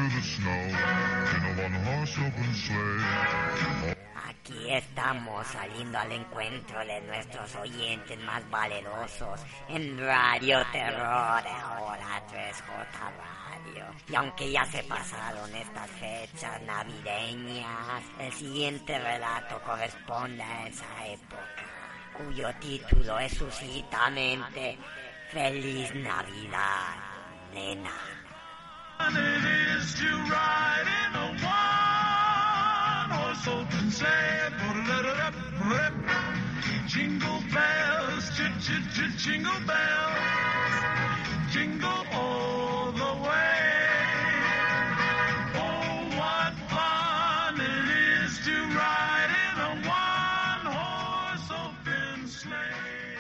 Aquí estamos saliendo al encuentro de nuestros oyentes más valerosos en Radio Terror, ahora 3J Radio. Y aunque ya se pasaron estas fechas navideñas, el siguiente relato corresponde a esa época, cuyo título es sucintamente Feliz Navidad, nena. Jingle bells, jingle bells, jingle all the way. Oh, what fun it is to ride in a one-horse open sleigh.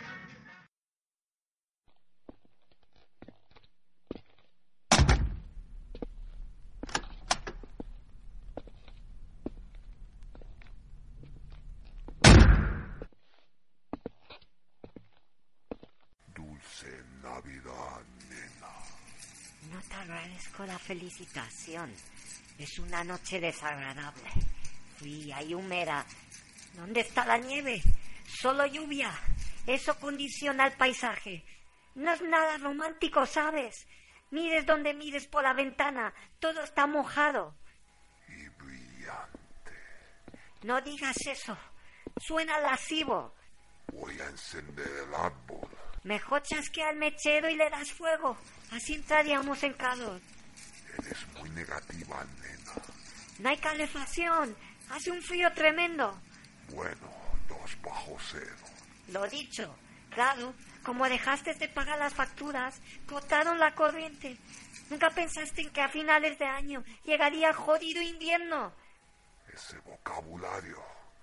Dulce Navidad, nena. No te agradezco la felicitación. Es una noche desagradable. Fría y húmeda. ¿Dónde está la nieve? Solo lluvia. Eso condiciona el paisaje. No es nada romántico, ¿sabes? Mires donde mires por la ventana. Todo está mojado. Y brillante. No digas eso. Suena lascivo. Voy a encender el árbol. Mejor chasquea el mechero y le das fuego. Así entraríamos en calor. Eres muy negativa, nena. No hay calefacción. Hace un frío tremendo. Bueno, 2 bajo cero. Lo dicho. Claro, como dejaste de pagar las facturas, cortaron la corriente. Nunca pensaste en que a finales de año llegaría el jodido invierno. Ese vocabulario.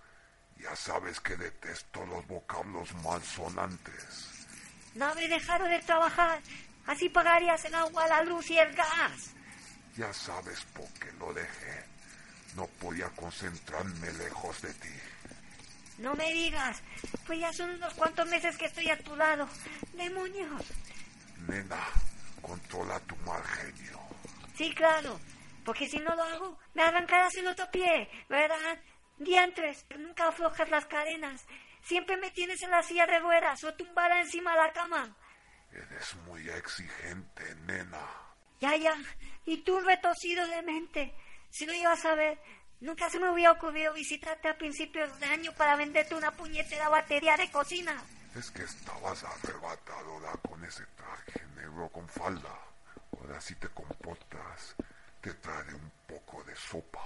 Ya sabes que detesto los vocablos malsonantes. No habré dejado de trabajar. Así pagarías el agua, la luz y el gas. Ya sabes por qué lo dejé. No podía concentrarme lejos de ti. No me digas. Pues ya son unos cuantos meses que estoy a tu lado. ¡Demonios! Nena, controla tu mal genio. Sí, claro. Porque si no lo hago, me arrancarás el otro pie, ¿verdad? Diantres, nunca aflojas las cadenas. Siempre me tienes en la silla de ruedas o tumbada encima de la cama. Eres muy exigente, nena. Ya. Y tú retorcido de mente. Si lo ibas a ver, nunca se me hubiera ocurrido visitarte a principios de año para venderte una puñetera batería de cocina. Es que estabas arrebatadora con ese traje negro con falda. Ahora si te comportas, te traeré un poco de sopa.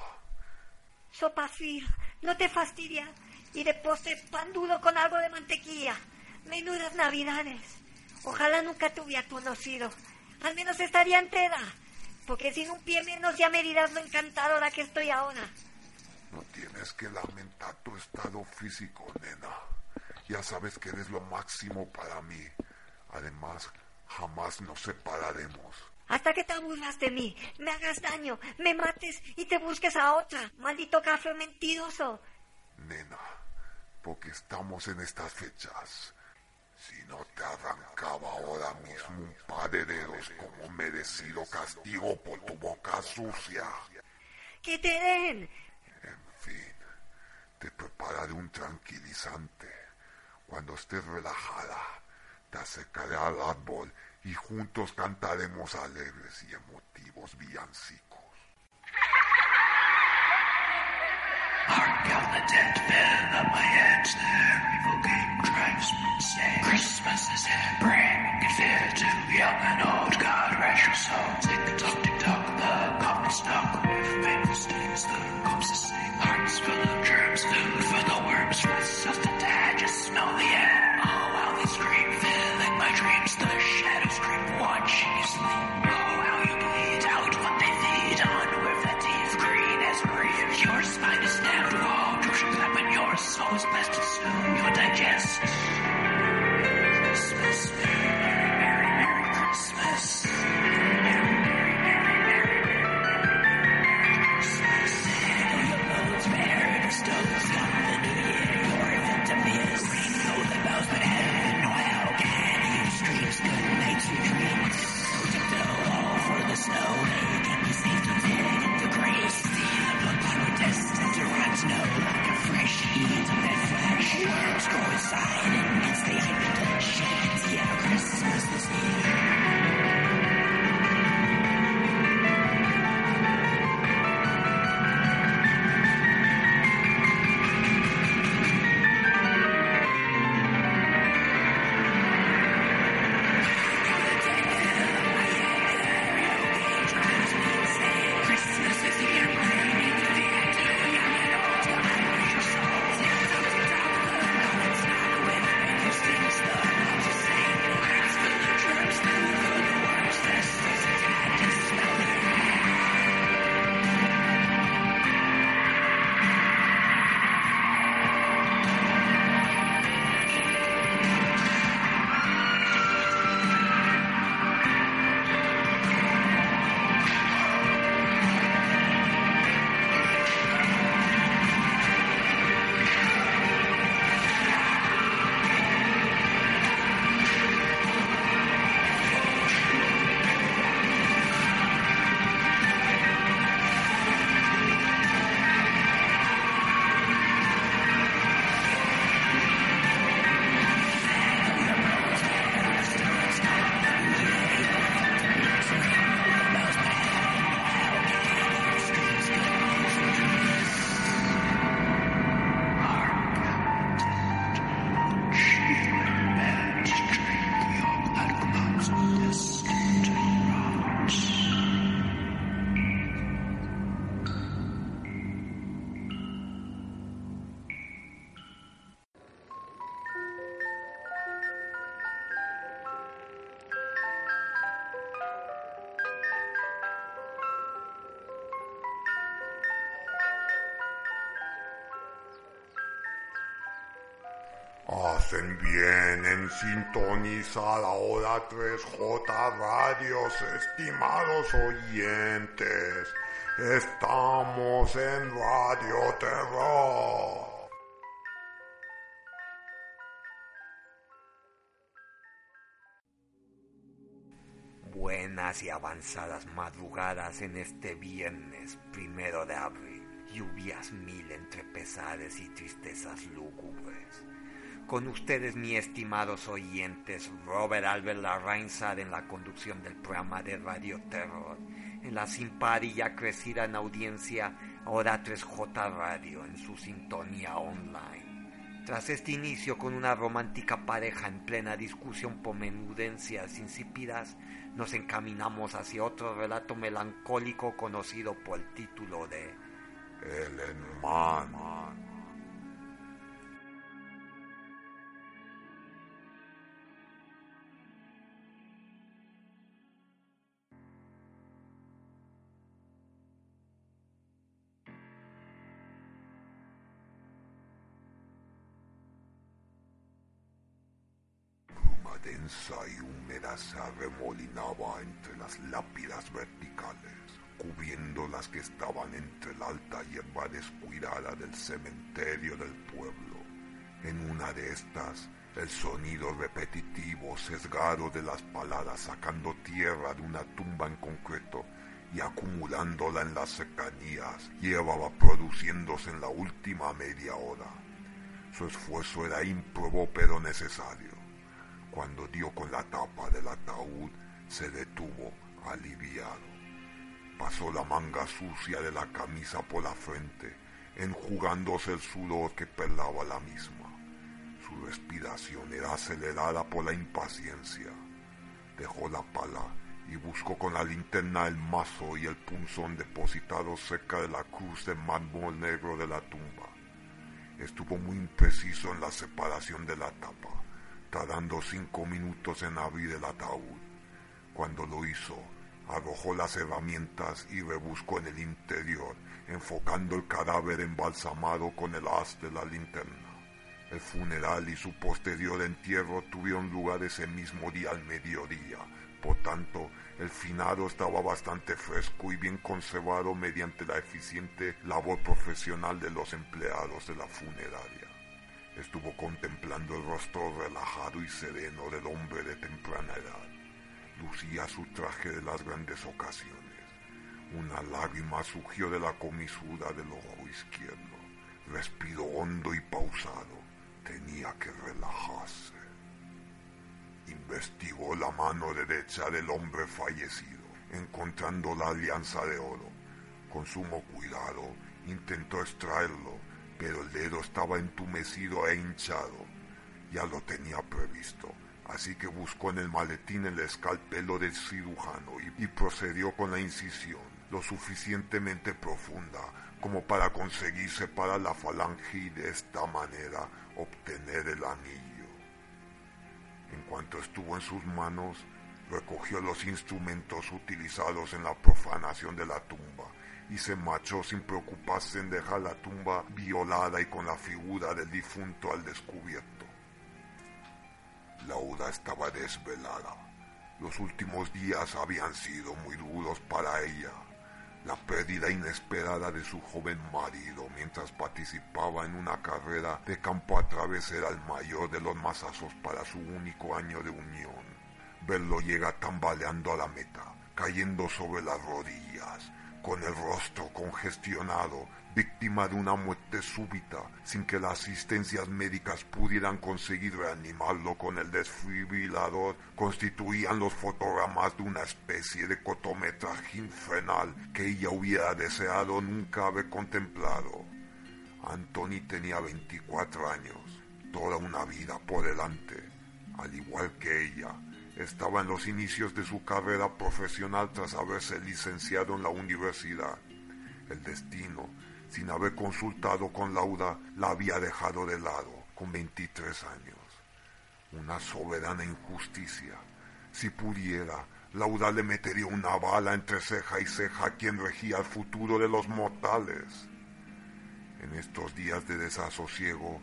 Sopa fría, no te fastidia. Y de postre pan duro con algo de mantequilla. Menudas navidades. Ojalá nunca te hubiera conocido. Al menos estaría entera. Porque sin un pie menos ya me dirás lo encantadora que estoy ahora. No tienes que lamentar tu estado físico, nena. Ya sabes que eres lo máximo para mí. Además, jamás nos separaremos. Hasta que te aburras de mí, me hagas daño, me mates y te busques a otra. Maldito café mentiroso. Nena, porque estamos en estas fechas. Si no te arrancaba ahora mismo un par de dedos como merecido castigo por tu boca sucia. ¡Que te den! En fin, te prepararé un tranquilizante. Cuando estés relajada, te acercaré al árbol y juntos cantaremos alegres y emotivos villancicos. Hark how the dead fill up my head. Evil game drives me insane. Christmas is here, bringing fear to young and old. God rest your soul. Tick tock, the coffins knock. With famous names, the corpses sing. Hearts full of germs, food for the worms. Rest of the dead, just smell the air. Oh, how they scream, filling my dreams. The shadows creep, watching you sleep. Oh, how you bleed out what they feed on. With the teeth green as green. Your spine is stabbed, whoa, Joshua clap, and your soul is blessed, and soon you'll digest. Christmas, Merry, Merry, Merry, Merry Christmas. Merry, Merry, Merry, Merry, Merry Christmas. Your loads bear, the stoves got the new year. Your victim is green, though the bells, but heaven, well, can you streams, good night, sweet dreams. So to fill all for the snow, they can be saved. Hacen bien en sintonizar ahora 3J Radios, estimados oyentes. Estamos en Radio Terror. Buenas y avanzadas madrugadas en este viernes 1 de abril. Lluvias mil entre pesares y tristezas lúgubres. Con ustedes, mis estimados oyentes, Robert Albert Larrainzar en la conducción del programa de Radio Terror, en la sin par y ya crecida en audiencia ahora 3J Radio en su sintonía online. Tras este inicio con una romántica pareja en plena discusión por menudencias insípidas, nos encaminamos hacia otro relato melancólico conocido por el título de El Hermano. Bruma densa y húmeda se arremolinaba entre las lápidas verticales, cubriendo las que estaban entre la alta hierba descuidada del cementerio del pueblo. En una de estas, el sonido repetitivo, sesgado de las paladas sacando tierra de una tumba en concreto y acumulándola en las cercanías, llevaba produciéndose en la última media hora. Su esfuerzo era ímprobo pero necesario. Cuando dio con la tapa del ataúd, se detuvo, aliviado. Pasó la manga sucia de la camisa por la frente, enjugándose el sudor que perlaba la misma. Su respiración era acelerada por la impaciencia. Dejó la pala y buscó con la linterna el mazo y el punzón depositados cerca de la cruz de mármol negro de la tumba. Estuvo muy impreciso en la separación de la tapa, tardando 5 minutos en abrir el ataúd. Cuando lo hizo, arrojó las herramientas y rebuscó en el interior, enfocando el cadáver embalsamado con el haz de la linterna. El funeral y su posterior entierro tuvieron lugar ese mismo día al mediodía. Por tanto, el finado estaba bastante fresco y bien conservado mediante la eficiente labor profesional de los empleados de la funeraria. Estuvo contemplando el rostro relajado y sereno del hombre de temprana edad. Lucía su traje de las grandes ocasiones. Una lágrima surgió de la comisura del ojo izquierdo. Respiró hondo y pausado. Tenía que relajarse. Investigó la mano derecha del hombre fallecido, encontrando la alianza de oro. Con sumo cuidado, intentó extraerlo, pero el dedo estaba entumecido e hinchado. Ya lo tenía previsto. Así que buscó en el maletín el escalpelo del cirujano y procedió con la incisión, lo suficientemente profunda como para conseguir separar la falange y de esta manera obtener el anillo. En cuanto estuvo en sus manos, recogió los instrumentos utilizados en la profanación de la tumba y se marchó sin preocuparse en dejar la tumba violada y con la figura del difunto al descubierto. Lauda estaba desvelada. Los últimos días habían sido muy duros para ella. La pérdida inesperada de su joven marido mientras participaba en una carrera de campo a través era el mayor de los mazazos para su único año de unión. Verlo llega tambaleando a la meta, cayendo sobre las rodillas, con el rostro congestionado, víctima de una muerte súbita, sin que las asistencias médicas pudieran conseguir reanimarlo con el desfibrilador, constituían los fotogramas de una especie de cortometraje infernal que ella hubiera deseado nunca haber contemplado. Anthony tenía 24 años, toda una vida por delante. Al igual que ella, estaba en los inicios de su carrera profesional tras haberse licenciado en la universidad. El destino, sin haber consultado con Lauda, la había dejado de lado con 23 años. Una soberana injusticia. Si pudiera, Lauda le metería una bala entre ceja y ceja a quien regía el futuro de los mortales. En estos días de desasosiego,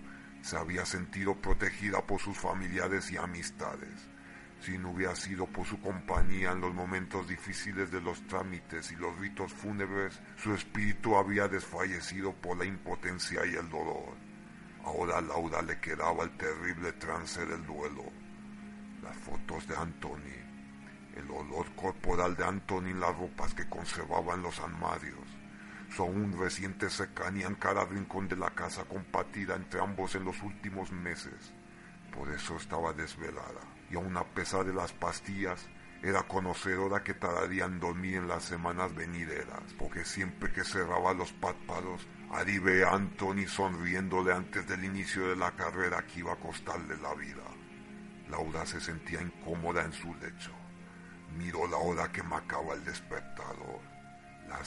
Se había sentido protegida por sus familiares y amistades. Si no hubiera sido por su compañía en los momentos difíciles de los trámites y los ritos fúnebres, su espíritu había desfallecido por la impotencia y el dolor. Ahora a Laura le quedaba el terrible trance del duelo. Las fotos de Anthony, el olor corporal de Anthony en las ropas que conservaba en los armarios, su aún reciente cercanía en cada rincón de la casa compartida entre ambos en los últimos meses. Por eso estaba desvelada, y aun a pesar de las pastillas, era conocedora que tardaría en dormir en las semanas venideras, porque siempre que cerraba los párpados, Ari ve a Anthony sonriéndole antes del inicio de la carrera que iba a costarle la vida. Laura se sentía incómoda en su lecho. Miró la hora que marcaba el despertador, las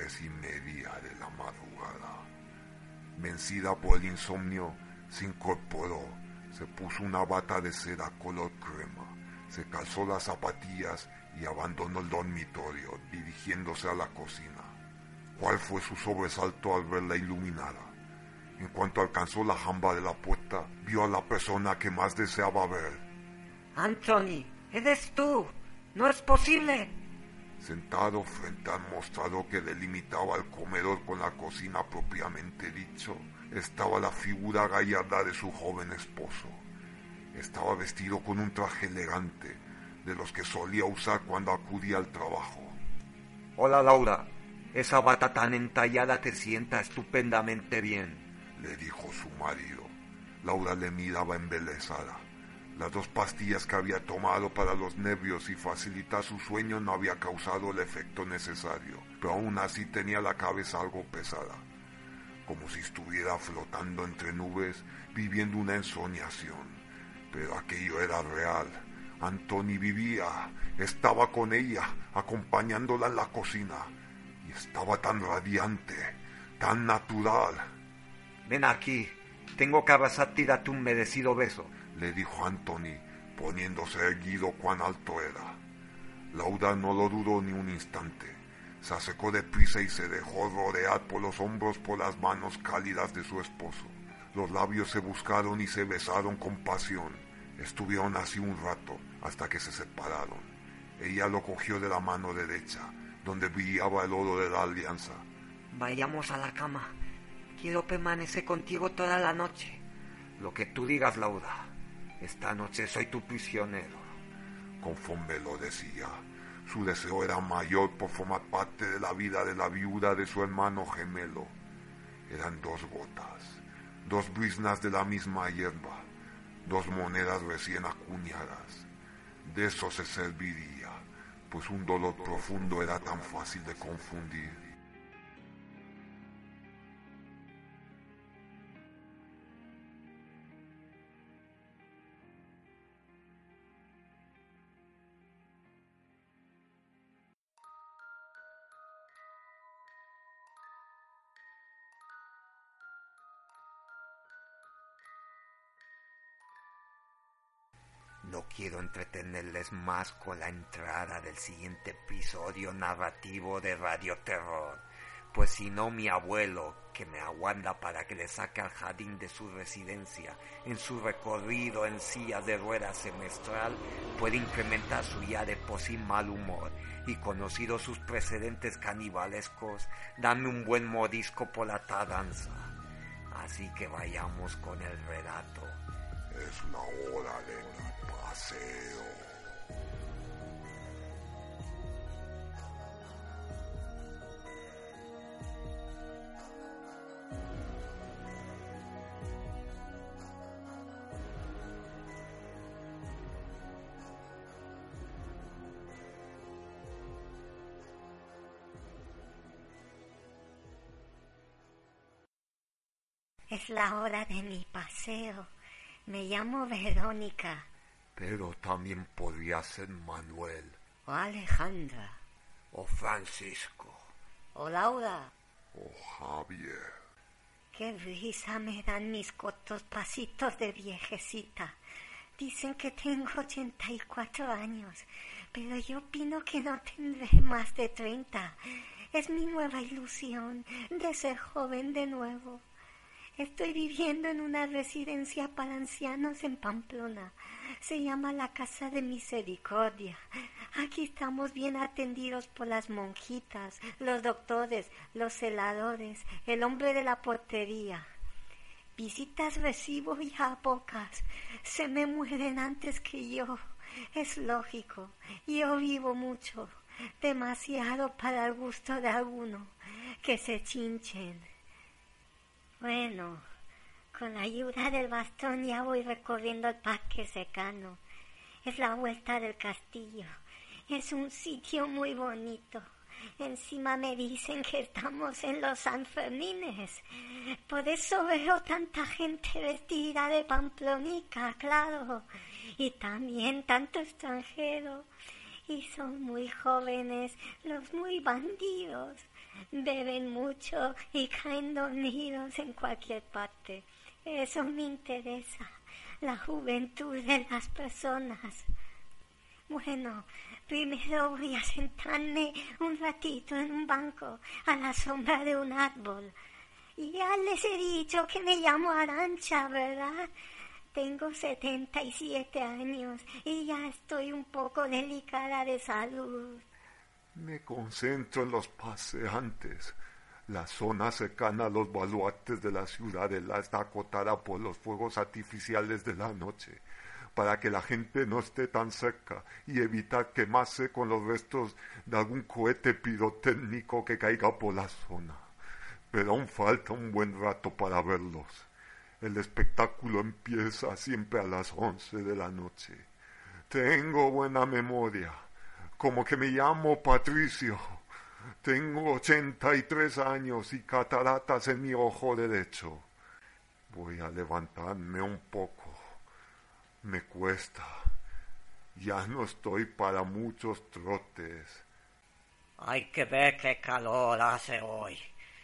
3:30 de la madrugada. Vencida por el insomnio, se incorporó, se puso una bata de seda color crema, se calzó las zapatillas y abandonó el dormitorio, dirigiéndose a la cocina. ¿Cuál fue su sobresalto al verla iluminada? En cuanto alcanzó la jamba de la puerta, vio a la persona que más deseaba ver. Anthony, eres tú. No es posible. Sentado frente al mostrador que delimitaba el comedor con la cocina propiamente dicho, estaba la figura gallarda de su joven esposo. Estaba vestido con un traje elegante, de los que solía usar cuando acudía al trabajo. Hola, Laura. Esa bata tan entallada te sienta estupendamente bien, le dijo su marido. Laura le miraba embelesada. Las 2 pastillas que había tomado para los nervios y facilitar su sueño no había causado el efecto necesario, pero aún así tenía la cabeza algo pesada, como si estuviera flotando entre nubes, viviendo una ensoñación. Pero aquello era real. Anthony vivía, estaba con ella, acompañándola en la cocina, y estaba tan radiante, tan natural. Ven aquí, tengo que abrazarte y darte un merecido beso, le dijo Anthony, poniéndose erguido cuán alto era. Laura no lo dudó ni un instante. Se acercó deprisa y se dejó rodear por los hombros por las manos cálidas de su esposo. Los labios se buscaron y se besaron con pasión. Estuvieron así un rato, hasta que se separaron. Ella lo cogió de la mano derecha, donde brillaba el oro de la alianza. Vayamos a la cama. Quiero permanecer contigo toda la noche. Lo que tú digas, Laura. Esta noche soy tu prisionero. Conforme lo decía, su deseo era mayor por formar parte de la vida de la viuda de su hermano gemelo. Eran 2 gotas, 2 briznas de la misma hierba, 2 monedas recién acuñadas. De eso se serviría, pues un dolor profundo era tan fácil de confundir. No quiero entretenerles más con la entrada del siguiente episodio narrativo de Radio Terror, pues si no mi abuelo, que me aguarda para que le saque al jardín de su residencia en su recorrido en silla de ruedas semestral, puede incrementar su ya de por sí mal humor y conocidos sus precedentes canibalescos, darme un buen mordisco por la tardanza. Así que vayamos con el relato. Es la hora de mi paseo. Es la hora de mi paseo. Me llamo Verónica. Pero también podría ser Manuel. O Alejandra. O Francisco. O Laura. O Javier. Qué risa me dan mis cortos pasitos de viejecita. Dicen que tengo 84 años, pero yo opino que no tendré más de 30. Es mi nueva ilusión de ser joven de nuevo. Estoy viviendo en una residencia para ancianos en Pamplona. Se llama la Casa de Misericordia. Aquí estamos bien atendidos por las monjitas, los doctores, los celadores, el hombre de la portería. Visitas recibo ya pocas. Se me mueren antes que yo. Es lógico. Yo vivo mucho. Demasiado para el gusto de alguno. Que se chinchen. Bueno, con la ayuda del bastón ya voy recorriendo el parque cercano. Es la vuelta del castillo. Es un sitio muy bonito. Encima me dicen que estamos en los Sanfermines. Por eso veo tanta gente vestida de pamplonica, claro. Y también tanto extranjero. Y son muy jóvenes, los muy bandidos. Beben mucho y caen dormidos en cualquier parte. Eso me interesa, la juventud de las personas. Bueno, primero voy a sentarme un ratito en un banco a la sombra de un árbol. Y ya les he dicho que me llamo Arantxa, ¿verdad? Tengo 77 años y ya estoy un poco delicada de salud. Me concentro en los paseantes. La zona cercana a los baluartes de la ciudadela está acotada por los fuegos artificiales de la noche, para que la gente no esté tan cerca y evitar quemarse con los restos de algún cohete pirotécnico que caiga por la zona. Pero aún falta un buen rato para verlos. El espectáculo empieza siempre a las 11 de la noche. Tengo buena memoria, como que me llamo Patricio. Tengo 83 años y cataratas en mi ojo derecho. Voy a levantarme un poco. Me cuesta. Ya no estoy para muchos trotes. Hay que ver qué calor hace hoy.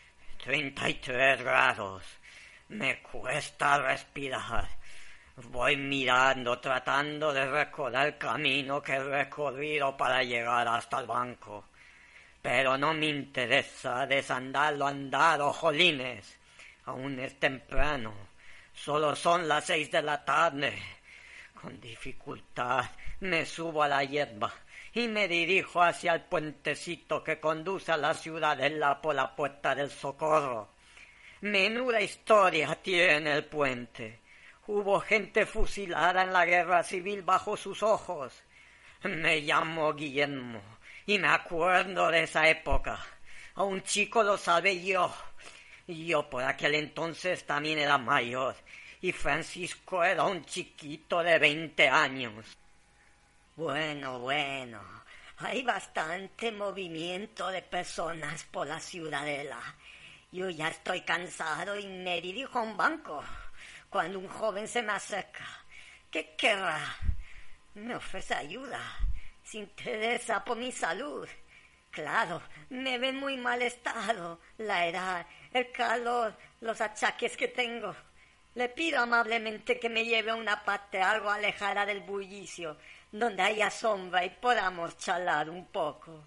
33 grados. Me cuesta respirar. Voy mirando, tratando de recordar el camino que he recorrido para llegar hasta el banco. Pero no me interesa desandar lo andado, jolines. Aún es temprano. Solo son las 6 de la tarde. Con dificultad me subo a la hierba y me dirijo hacia el puentecito que conduce a la ciudadela por la Puerta del Socorro. Menuda historia tiene el puente. Hubo gente fusilada en la guerra civil bajo sus ojos. Me llamo Guillermo y me acuerdo de esa época. A un chico lo salvé yo. Yo por aquel entonces también era mayor y Francisco era un chiquito de 20 años. Bueno, hay bastante movimiento de personas por la ciudadela. Yo ya estoy cansado y me dirijo a un banco cuando un joven se me acerca. ¿Qué querrá? Me ofrece ayuda. Se interesa por mi salud. Claro, me ve en muy mal estado. La edad, el calor, los achaques que tengo. Le pido amablemente que me lleve a una parte algo alejada del bullicio, donde haya sombra y podamos charlar un poco.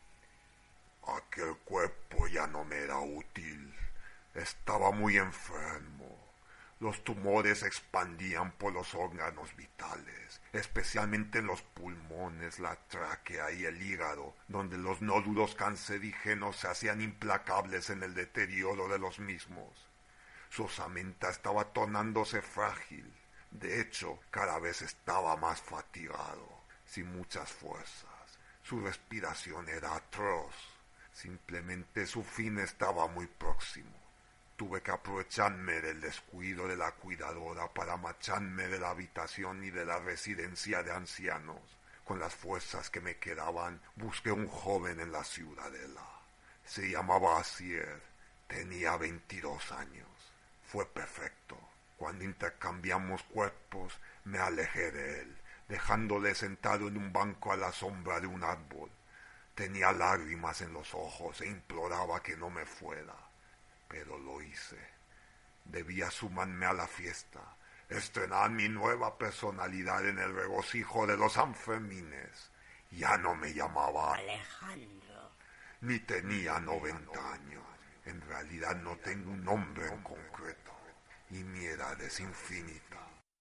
Aquel cuerpo ya no me era útil. Estaba muy enfermo. Los tumores se expandían por los órganos vitales, especialmente en los pulmones, la tráquea y el hígado, donde los nódulos cancerígenos se hacían implacables en el deterioro de los mismos. Su osamenta estaba tornándose frágil. De hecho, cada vez estaba más fatigado, sin muchas fuerzas. Su respiración era atroz. Simplemente su fin estaba muy próximo. Tuve que aprovecharme del descuido de la cuidadora para marcharme de la habitación y de la residencia de ancianos. Con las fuerzas que me quedaban, busqué un joven en la ciudadela. Se llamaba Asier. Tenía 22 años. Fue perfecto. Cuando intercambiamos cuerpos, me alejé de él, dejándole sentado en un banco a la sombra de un árbol. Tenía lágrimas en los ojos e imploraba que no me fuera. Pero lo hice. Debía sumarme a la fiesta, estrenar mi nueva personalidad en el regocijo de los Sanfermines. Ya no me llamaba Alejandro. ni tenía 90 años. En realidad no tengo un nombre en concreto. y mi edad es infinita.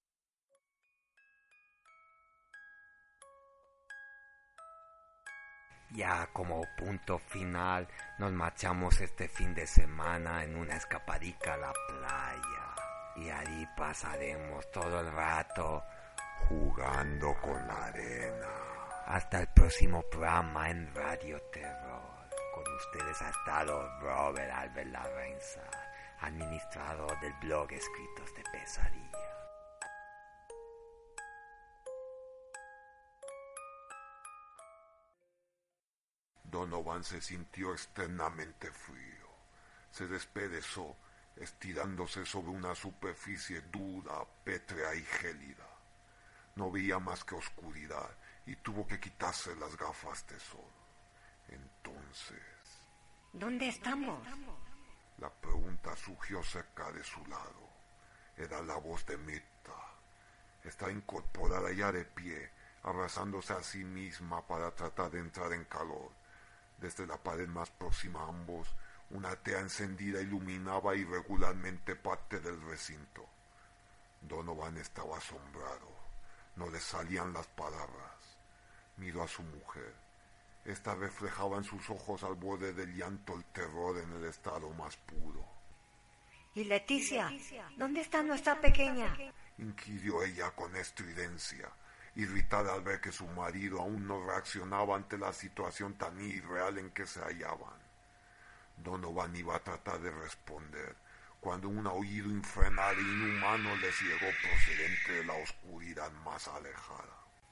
Ya como punto final, nos marchamos este fin de semana en una escapadica a la playa. Y ahí pasaremos todo el rato Jugando con la arena. hasta el próximo programa en Radio Terror. Con ustedes ha estado Robert Albert Larrainza, administrador del blog Escritos de Pesadilla. Donovan se sintió externamente frío. Se despedazó, estirándose sobre una superficie dura, pétrea y gélida. No veía más que oscuridad y tuvo que quitarse las gafas de sol. Entonces, ¿Dónde estamos? la pregunta surgió cerca de su lado. Era la voz de Mirta. Está incorporada ya de pie, abrazándose a sí misma para tratar de entrar en calor. Desde la pared más próxima a ambos, una tea encendida iluminaba irregularmente parte del recinto. Donovan estaba asombrado. No le salían las palabras. Miró a su mujer. Esta reflejaba en sus ojos al borde del llanto el terror en el estado más puro. ¿Y Leticia? ¿Dónde está nuestra pequeña? Inquirió ella con estridencia, irritada al ver que su marido aún no reaccionaba ante la situación tan irreal en que se hallaban. Donovan iba a tratar de responder, cuando un aullido infernal e inhumano les llegó procedente de la oscuridad más alejada.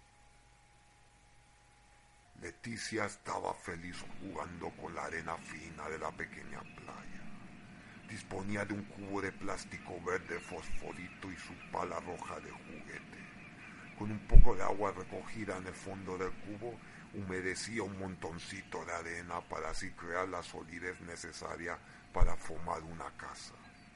Leticia estaba feliz jugando con la arena fina de la pequeña playa. Disponía de un cubo de plástico verde fosforito y su pala roja de juguete. Con un poco de agua recogida en el fondo del cubo, humedecía un montoncito de arena para así crear la solidez necesaria para formar una casa.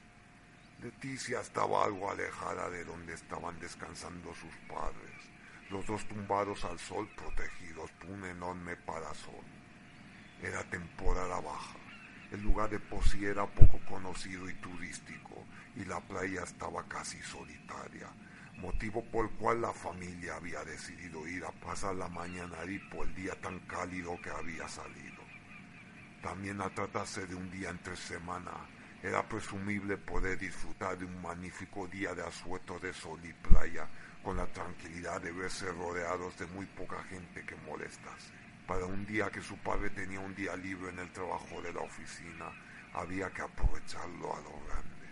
Leticia estaba algo alejada de donde estaban descansando sus padres, los dos tumbados al sol protegidos por un enorme parasol. Era temporada baja. El lugar de por sí era poco conocido y turístico, y la playa estaba casi solitaria, motivo por el cual la familia había decidido ir a pasar la mañana ahí por el día tan cálido que había salido. También al tratarse de un día entre semana, era presumible poder disfrutar de un magnífico día de asueto de sol y playa, con la tranquilidad de verse rodeados de muy poca gente que molestase. Para un día que su padre tenía un día libre en el trabajo de la oficina, había que aprovecharlo a lo grande.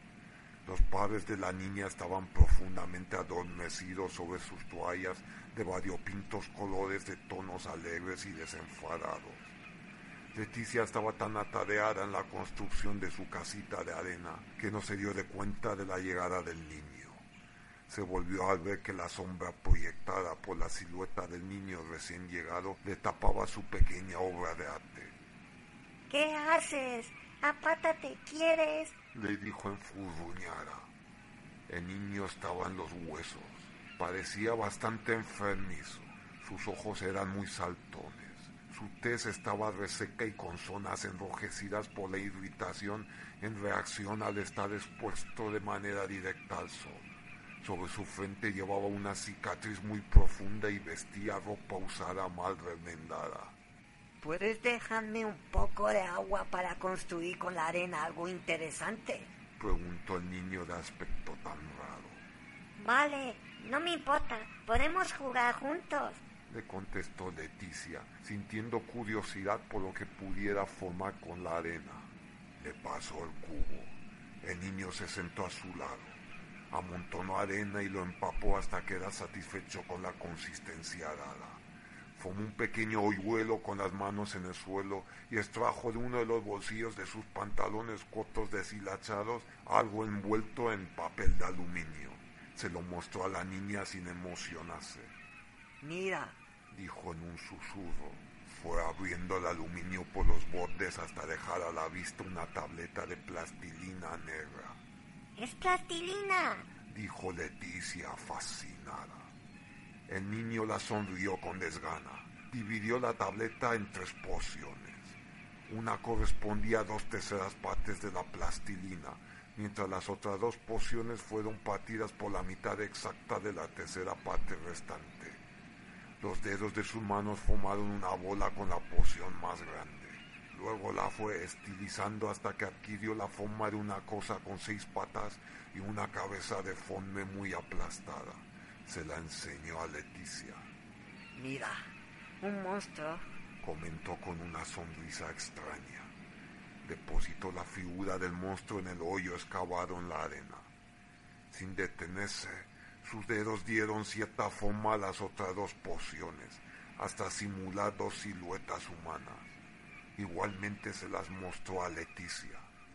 Los padres de la niña estaban profundamente adormecidos sobre sus toallas de variopintos colores de tonos alegres y desenfadados. Leticia estaba tan atareada en la construcción de su casita de arena que no se dio de cuenta de la llegada del niño. Se volvió al ver que la sombra proyectada por la silueta del niño recién llegado le tapaba su pequeña obra de arte. ¿Qué haces? Apártate, ¿quieres? Le dijo enfurruñada. El niño estaba en los huesos. Parecía bastante enfermizo. Sus ojos eran muy saltones. Su tez estaba reseca y con zonas enrojecidas por la irritación en reacción al estar expuesto de manera directa al sol. Sobre su frente llevaba una cicatriz muy profunda y vestía ropa usada mal remendada. ¿Puedes dejarme un poco de agua para construir con la arena algo interesante? Preguntó el niño de aspecto tan raro. Vale, no me importa, podemos jugar juntos. Le contestó Leticia, sintiendo curiosidad por lo que pudiera formar con la arena. Le pasó el cubo. El niño se sentó a su lado. Amontonó arena y lo empapó hasta quedar satisfecho con la consistencia dada. Formó un pequeño hoyuelo con las manos en el suelo y extrajo de uno de los bolsillos de sus pantalones cortos deshilachados algo envuelto en papel de aluminio. Se lo mostró a la niña sin emocionarse. Mira, Dijo en un susurro. Fue abriendo el aluminio por los bordes hasta dejar a la vista una tableta de plastilina negra. es plastilina. Dijo Leticia fascinada. El niño la sonrió con desgana. Dividió la tableta en 3 porciones. Una correspondía a 2/3 partes de la plastilina, mientras las otras 2 pociones fueron partidas por la mitad exacta de la tercera parte restante. Los dedos de sus manos formaron una bola con la poción más grande. Luego la fue estilizando hasta que adquirió la forma de una cosa con 6 patas y una cabeza deforme muy aplastada. Se la enseñó a Leticia. Mira, un monstruo. Comentó con una sonrisa extraña. Depositó la figura del monstruo en el hoyo excavado en la arena. Sin detenerse, sus dedos dieron cierta forma a las otras 2 pociones, hasta simular 2 siluetas humanas. Igualmente se las mostró a Leticia.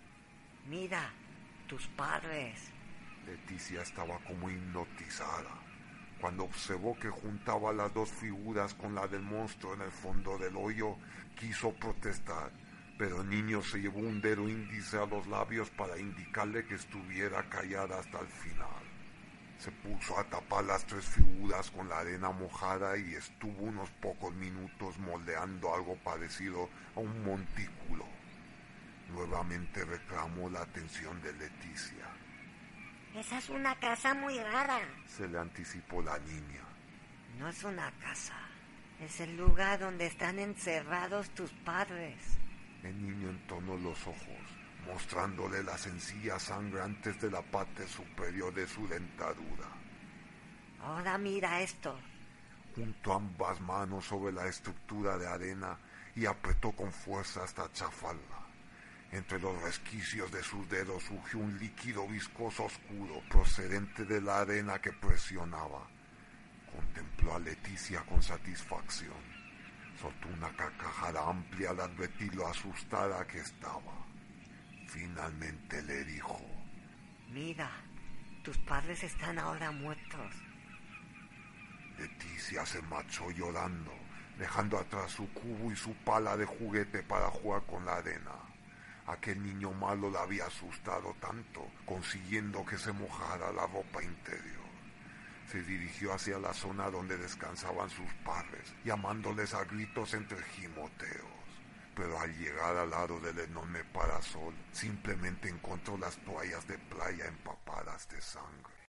Mira, tus padres. Leticia estaba como hipnotizada. Cuando observó que juntaba las 2 figuras con la del monstruo en el fondo del hoyo, quiso protestar, pero el niño se llevó un dedo índice a los labios para indicarle que estuviera callada hasta el final. Se puso a tapar las 3 figuras con la arena mojada y estuvo unos pocos minutos moldeando algo parecido a un montículo. Nuevamente reclamó la atención de Leticia. Esa es una casa muy rara. Se le anticipó la niña. No es una casa. Es el lugar donde están encerrados tus padres. El niño entornó los ojos, mostrándole las encías sangrantes de la parte superior de su dentadura. Ahora mira esto. Juntó ambas manos sobre la estructura de arena y apretó con fuerza hasta chafarla. Entre los resquicios de sus dedos surgió un líquido viscoso oscuro procedente de la arena que presionaba. Contempló a Leticia con satisfacción. Soltó una carcajada amplia al advertir lo asustada que estaba. Finalmente le dijo: Mira, tus padres están ahora muertos. Leticia se marchó llorando, dejando atrás su cubo y su pala de juguete para jugar con la arena. Aquel niño malo la había asustado tanto, consiguiendo que se mojara la ropa interior. Se dirigió hacia la zona donde descansaban sus padres, llamándoles a gritos entre gimoteos. Pero al llegar al lado del enorme parasol, simplemente encontró las toallas de playa empapadas de sangre.